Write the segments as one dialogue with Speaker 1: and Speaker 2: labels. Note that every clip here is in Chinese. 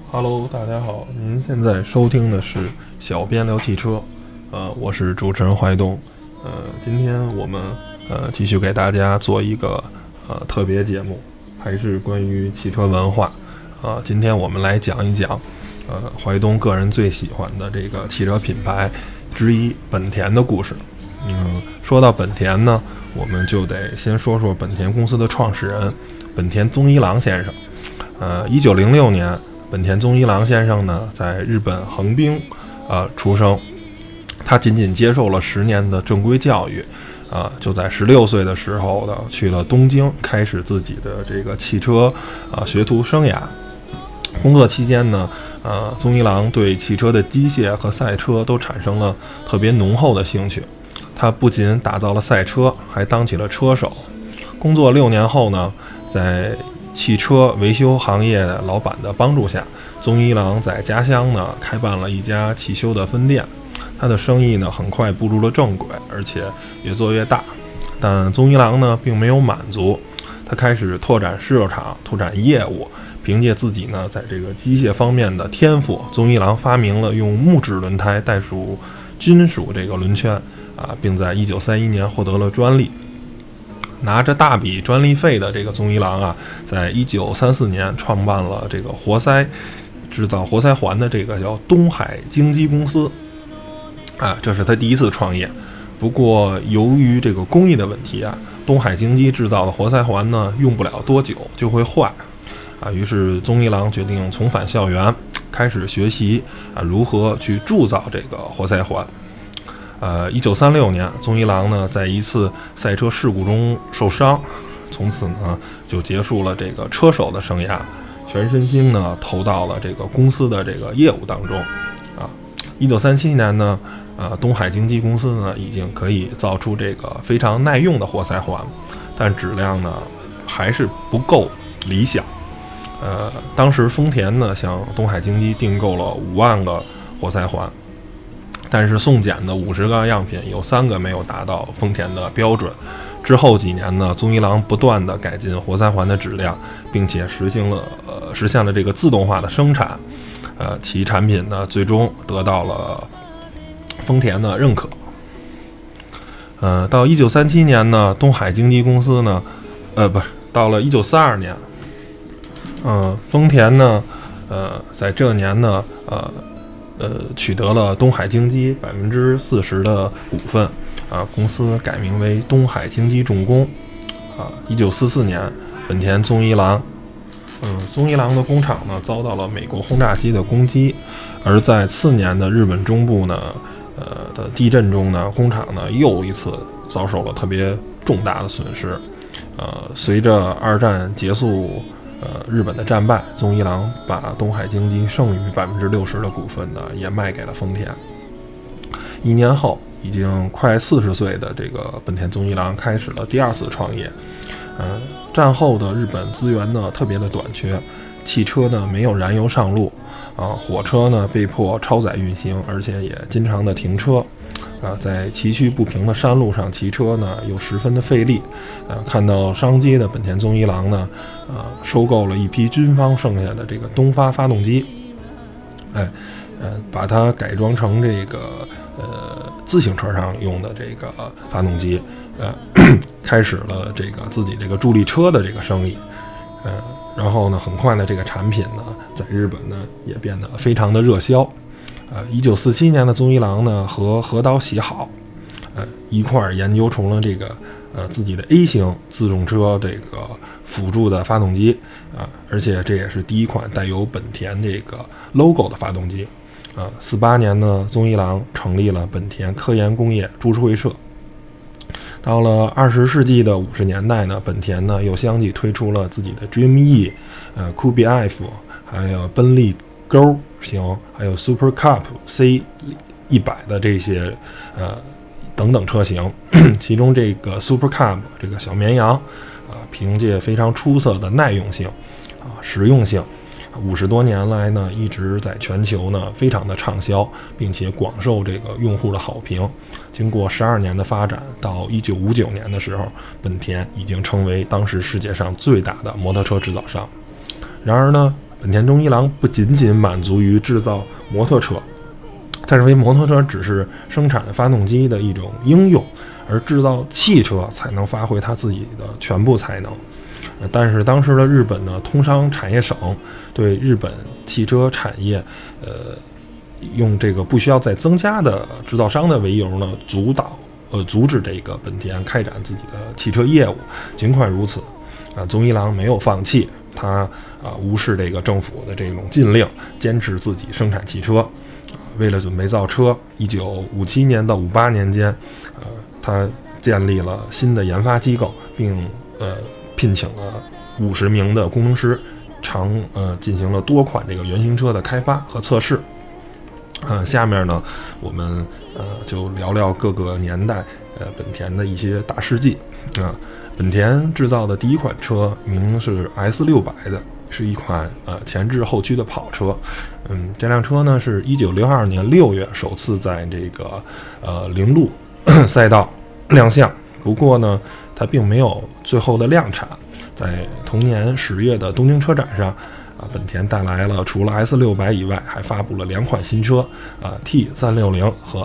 Speaker 1: Hello，大家好，您现在收听的是小编聊汽车，我是主持人怀东，今天我们继续给大家做一个特别节目，还是关于汽车文化，今天我们来讲一讲，怀东个人最喜欢的这个汽车品牌之一本田的故事。说到本田呢，我们就得先说说本田公司的创始人本田宗一郎先生。1906年。本田宗一郎先生呢，在日本横滨出生，他仅仅接受了10年的正规教育，就在16岁的时候呢，去了东京，开始自己的这个汽车学徒生涯。工作期间呢，宗一郎对汽车的机械和赛车都产生了特别浓厚的兴趣。他不仅打造了赛车，还当起了车手。工作6年后呢，在汽车维修行业老板的帮助下，宗一郎在家乡呢开办了一家汽修的分店。他的生意呢很快步入了正轨，而且越做越大。但宗一郎呢并没有满足，他开始拓展市场，拓展业务。凭借自己呢在这个机械方面的天赋，宗一郎发明了用木质轮胎代属金属这个轮圈并在1931年获得了专利。拿着大笔专利费的这个宗一郎在1934年创办了这个制造活塞环的这个叫东海京机公司，这是他第一次创业。不过由于这个工艺的问题东海京机制造的活塞环呢用不了多久就会坏于是宗一郎决定重返校园，开始学习如何去铸造这个活塞环。1936年，宗一郎呢在一次赛车事故中受伤，从此呢就结束了这个车手的生涯，全身心呢投到了这个公司的这个业务当中。1937年呢，东海京机公司呢已经可以造出这个非常耐用的活塞环，但质量呢还是不够理想。当时丰田呢向东海京机订购了5万个活塞环。但是送检的50个样品有3个没有达到丰田的标准。之后几年呢，宗一郎不断的改进活塞环的质量，并且实现了这个自动化的生产。其产品呢最终得到了丰田的认可。到1937年呢，东海京机公司呢，到了1942年，丰田呢，在这年呢，取得了东海京机40%的股份，公司改名为东海京机重工。1944年，本田宗一郎的工厂呢遭到了美国轰炸机的攻击，而在次年的日本中部呢，的地震中呢，工厂呢又一次遭受了特别重大的损失。随着2战结束。日本的战败，宗一郎把东海京机剩余60%的股份呢，也卖给了丰田。1年后，已经快40岁的这个本田宗一郎开始了第2次创业。战后的日本资源呢特别的短缺，汽车呢没有燃油上路，火车呢被迫超载运行，而且也经常的停车。在崎岖不平的山路上骑车呢，又十分的费力。看到商机的本田宗一郎呢，收购了一批军方剩下的这个东发发动机，把它改装成这个自行车上用的这个发动机，开始了这个自己这个助力车的这个生意。然后呢，很快呢，这个产品呢，在日本呢也变得非常的热销。1947年的宗一郎呢和河岛喜好，一块儿研究出了这个自己的 A 型自动车这个辅助的发动机而且这也是第一款带有本田这个 logo 的发动机。48年呢，宗一郎成立了本田科研工业株式会社。到了20世纪的50年代呢，本田呢又相继推出了自己的 Dream E、Kubi F， 还有奔利Go 型，还有 Super Cup C100的这些等等车型。其中这个 Super Cup 这个小绵羊凭借非常出色的耐用性实用性，50多年来呢一直在全球呢非常的畅销，并且广受这个用户的好评。经过12年的发展，到1959年的时候，本田已经成为当时世界上最大的摩托车制造商。然而呢， 本田忠一郎不仅仅满足于制造摩托车，他认为摩托车只是生产发动机的一种应用，而制造汽车才能发挥他自己的全部才能。但是当时的日本的通商产业省对日本汽车产业用这个不需要再增加的制造商的为由呢，阻止这个本田开展自己的汽车业务。尽管如此忠一郎没有放弃，他无视这个政府的这种禁令，坚持自己生产汽车。为了准备造车，1957年到58年间他建立了新的研发机构，并聘请了50名的工程师，进行了多款这个原型车的开发和测试。下面呢，我们就聊聊各个年代本田的一些大事迹。本田制造的第一款车名是 S600 的，是一款前置后驱的跑车。这辆车呢是1962年6月首次在这个铃鹿赛道亮相，不过呢它并没有最后的量产。在同年10月的东京车展上本田带来了除了 S600 以外，还发布了2款新车T360 和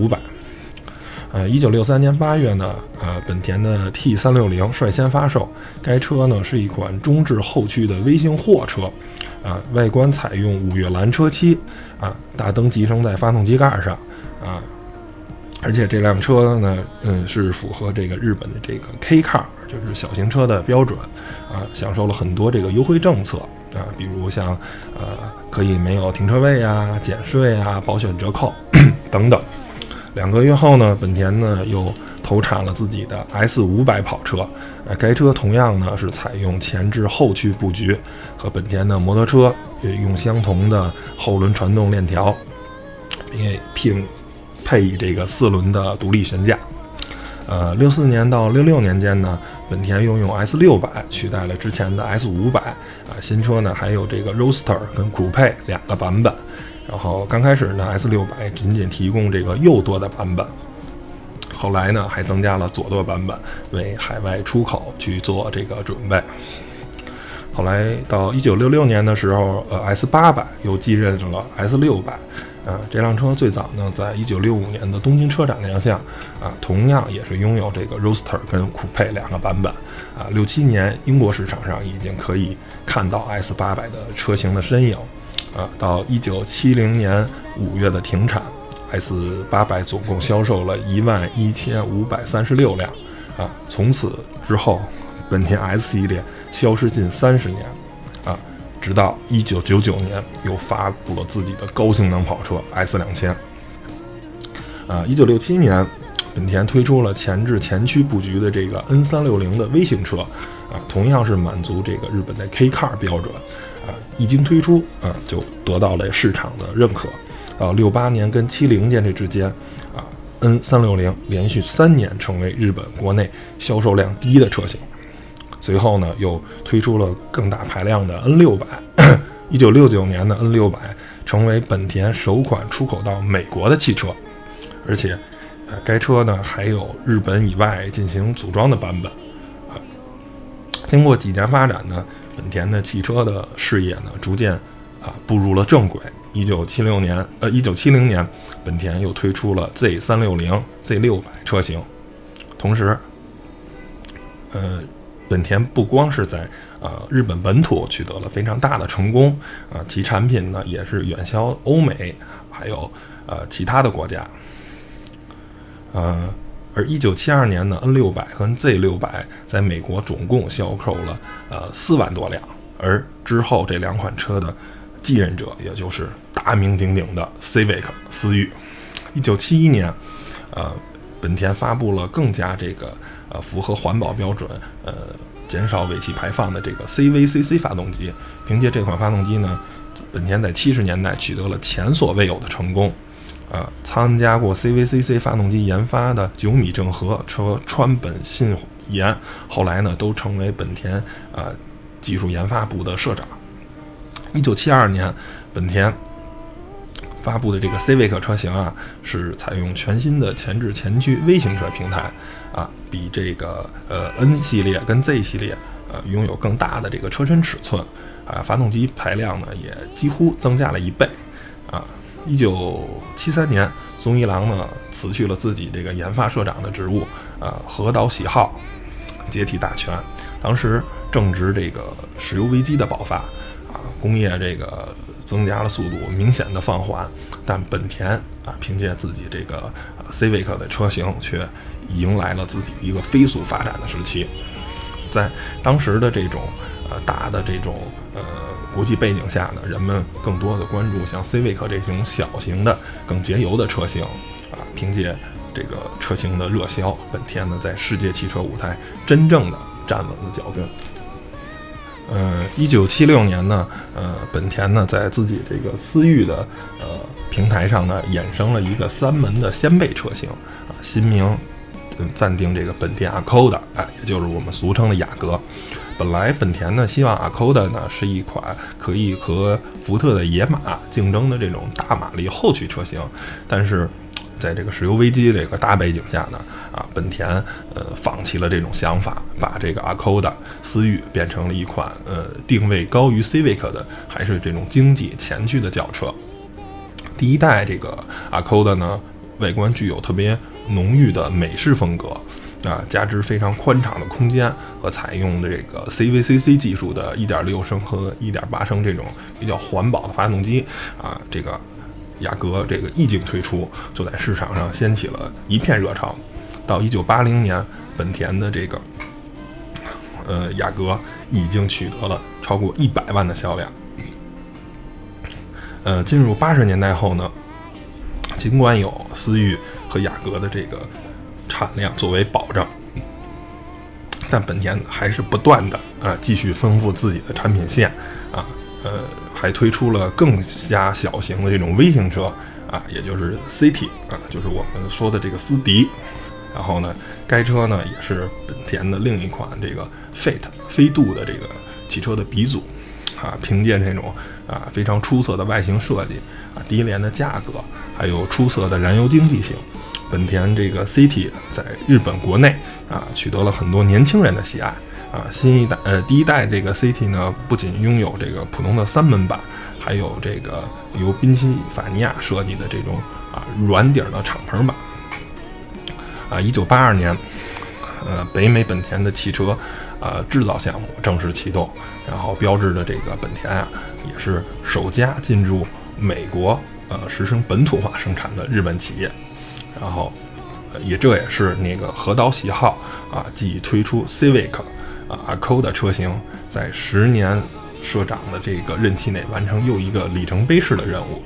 Speaker 1: S500。1963年8月呢，本田的 T360 率先发售。该车呢是一款中置后驱的微型货车，外观采用5月蓝车漆，大灯集成在发动机盖上，而且这辆车呢，是符合这个日本的这个 K Car， 就是小型车的标准，享受了很多这个优惠政策。比如像可以没有停车位啊、减税啊、保险折扣等等。2个月后呢，本田呢又投产了自己的 S500 跑车。该车同样呢是采用前置后驱布局，和本田的摩托车用相同的后轮传动链条，并配以这个4轮的独立悬架。64年到66年间呢，本田又用 S600 取代了之前的 S500。新车呢还有这个 Roadster 跟酷配2个版本。然后刚开始呢 S600 仅仅提供这个右舵的版本，后来呢还增加了左舵版本，为海外出口去做这个准备。后来到1966年的时候，S800 又继任了 S600。这辆车最早呢在1965年的东京车展亮相，同样也是拥有这个 Roadster 跟酷配2个版本。67年英国市场上已经可以看到 S800 的车型的身影。到1970年5月的停产， S800 总共销售了11536辆。从此之后，本田 S 系列消失近30年。直到1999年又发布了自己的高性能跑车 S2000。1967年，本田推出了前置前驱布局的这个 N360 的微型车，同样是满足这个日本的 K Car 标准。一经推出就得到了市场的认可。到68年跟70年这之间，N360 连续3年成为日本国内销售量第一的车型。随后呢，又推出了更大排量的 N600。1969年的 N600 成为本田首款出口到美国的汽车，而且该车呢还有日本以外进行组装的版本。经过几年发展呢，本田的汽车的事业呢逐渐步入了正轨。1970年，本田又推出了 Z360、Z600 车型。同时，本田不光是在日本本土取得了非常大的成功，其产品呢也是远销欧美，还有其他的国家。而1972年呢 N600 和 Z600 在美国总共销售了4万多辆，而之后这2款车的继任者，也就是大名鼎鼎的 Civic 思域。1971年，本田发布了更加这个符合环保标准，减少尾气排放的这个 CVCC 发动机。凭借这款发动机呢，本田在70年代取得了前所未有的成功。参加过 CVCC 发动机研发的久米正和、川本信彦，后来呢都成为本田技术研发部的社长。1972年，本田发布的这个 Civic 车型是采用全新的前置前驱微型车平台，比这个N 系列跟 Z 系列拥有更大的这个车身尺寸， 发动机排量呢也几乎增加了1倍。1973年，宗一郎呢辞去了自己这个研发社长的职务，河岛喜浩接替大权。当时正值这个石油危机的爆发，工业这个增加了速度，明显的放缓，但本田凭借自己这个Civic 的车型，却迎来了自己一个飞速发展的时期。在当时的这种大的这种国际背景下呢，人们更多的关注像 Civic 这种小型的、更节油的车型凭借这个车型的热销，本田呢在世界汽车舞台真正的站稳了脚跟。1976年呢，本田呢在自己这个思域的平台上呢，衍生了一个3门的掀背车型新名暂定这个本田 Akoda，也就是我们俗称的雅阁。本来本田呢希望 Akoda 呢是一款可以和福特的野马竞争的这种大马力后驱车型，但是在这个石油危机这个大背景下呢，本田放弃了这种想法，把这个 Akoda 思域变成了一款定位高于 Civic 的，还是这种经济前驱的轿车。第一代这个 Akoda 呢，外观具有特别浓郁的美式风格加之非常宽敞的空间和采用的这个 CVCC 技术的1.6升和1.8升这种比较环保的发动机这个雅阁这个一经推出，就在市场上掀起了一片热潮。到1980年，本田的这个雅阁已经取得了超过100万的销量。进入80年代后呢，尽管有思域和雅阁的这个产量作为保障，但本田还是不断的继续丰富自己的产品线还推出了更加小型的这种微型车也就是 City 就是我们说的这个思迪。然后呢，该车呢也是本田的另一款这个 Fit 飞度的这个汽车的鼻祖凭借这种非常出色的外形设计低廉的价格，还有出色的燃油经济性，本田这个 City 在日本国内取得了很多年轻人的喜爱第一代这个 City 呢，不仅拥有这个普通的3门版，还有这个由宾夕法尼亚设计的这种软顶的敞篷版。1982年，北美本田的汽车制造项目正式启动，然后标志着这个本田也是首家进入美国实行本土化生产的日本企业。然后这也是那个河岛喜浩继推出 Civic Akoda 车型，在10年社长的这个任期内完成又一个里程碑式的任务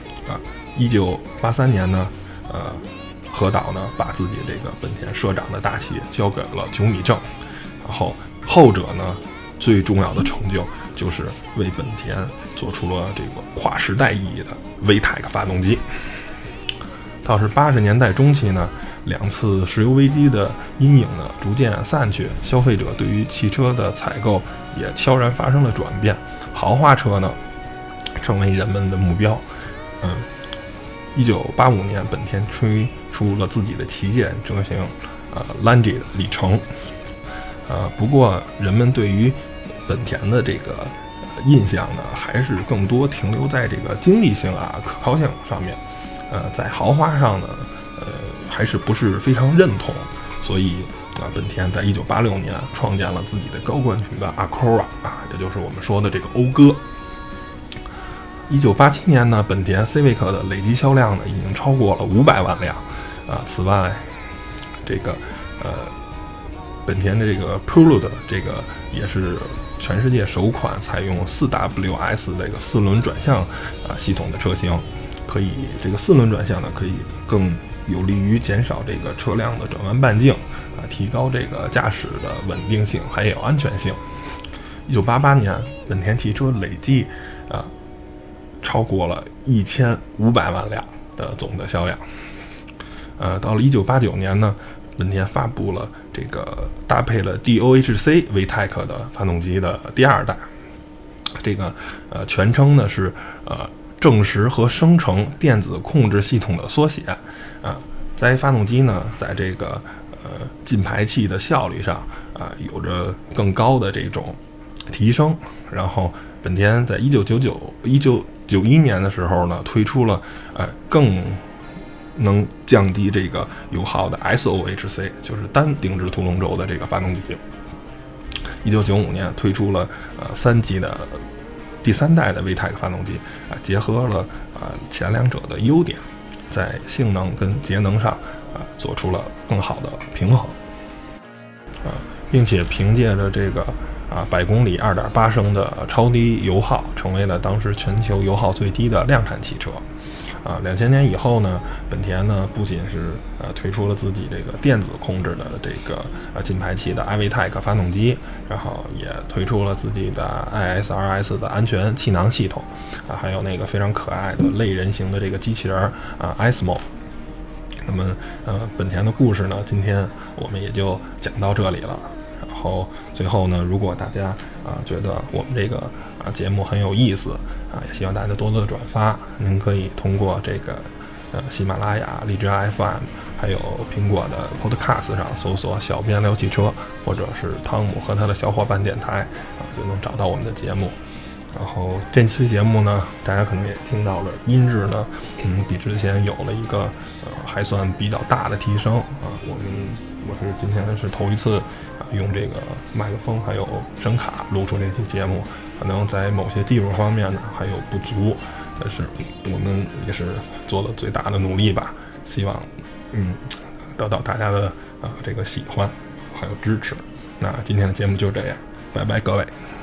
Speaker 1: 1983年呢，河岛呢把自己这个本田社长的大旗交给了久米正，然后后者呢最重要的成就就是为本田做出了这个跨时代意义的 VTEC 发动机。倒是80年代中期呢，2次石油危机的阴影呢逐渐散去，消费者对于汽车的采购也悄然发生了转变，豪华车呢成为人们的目标。1985年，本田推出了自己的旗舰车型Lancia 的里程。不过人们对于本田的这个印象呢，还是更多停留在这个经济性可靠性上面。在豪华上呢，还是不是非常认同，所以本田在1986年创建了自己的高冠群的 Acura 也就是我们说的这个讴歌。1987年呢，本田 Civic 的累计销量呢已经超过了500万辆此外，这个本田的这个 Prelude 这个也是全世界首款采用 4WS 这个4轮转向系统的车型。可以这个4轮转向呢，可以更有利于减少这个车辆的转弯半径提高这个驾驶的稳定性还有安全性。1988年，本田汽车累计超过了1500万辆的总的销量。到了1989年呢，本田发布了这个搭配了 DOHC VTEC 的发动机的第2代，这个全称呢是证实和生成电子控制系统的缩写在发动机呢，在这个进排气的效率上有着更高的这种提升，然后本田在1991年的时候呢，推出了更能降低这个油耗的 SOHC， 就是单定制凸轮轴的这个发动机。1995年推出了3级的第3代的 VTEC 发动机结合了前两者的优点，在性能跟节能上做出了更好的平衡并且凭借着这个100公里2.8升的超低油耗，成为了当时全球油耗最低的量产汽车。2000年以后呢，本田呢不仅是推出了自己这个电子控制的这个进排气的 iVTEC 发动机，然后也推出了自己的 ISRS 的安全气囊系统还有那个非常可爱的类人形的这个机器人ISMO。那么本田的故事呢，今天我们也就讲到这里了。然后最后呢，如果大家觉得我们这个节目很有意思也希望大家多多的转发。您可以通过这个喜马拉雅、荔枝 FM 还有苹果的 Podcast 上搜索小编聊汽车，或者是汤姆和他的小伙伴电台就能找到我们的节目。然后这期节目呢，大家可能也听到了，音质呢比之前有了一个还算比较大的提升我是今天是头一次用这个麦克风还有声卡录出这期节目，可能在某些技术方面呢还有不足，但是我们也是做了最大的努力吧，希望得到大家的这个喜欢还有支持。那今天的节目就这样，拜拜各位。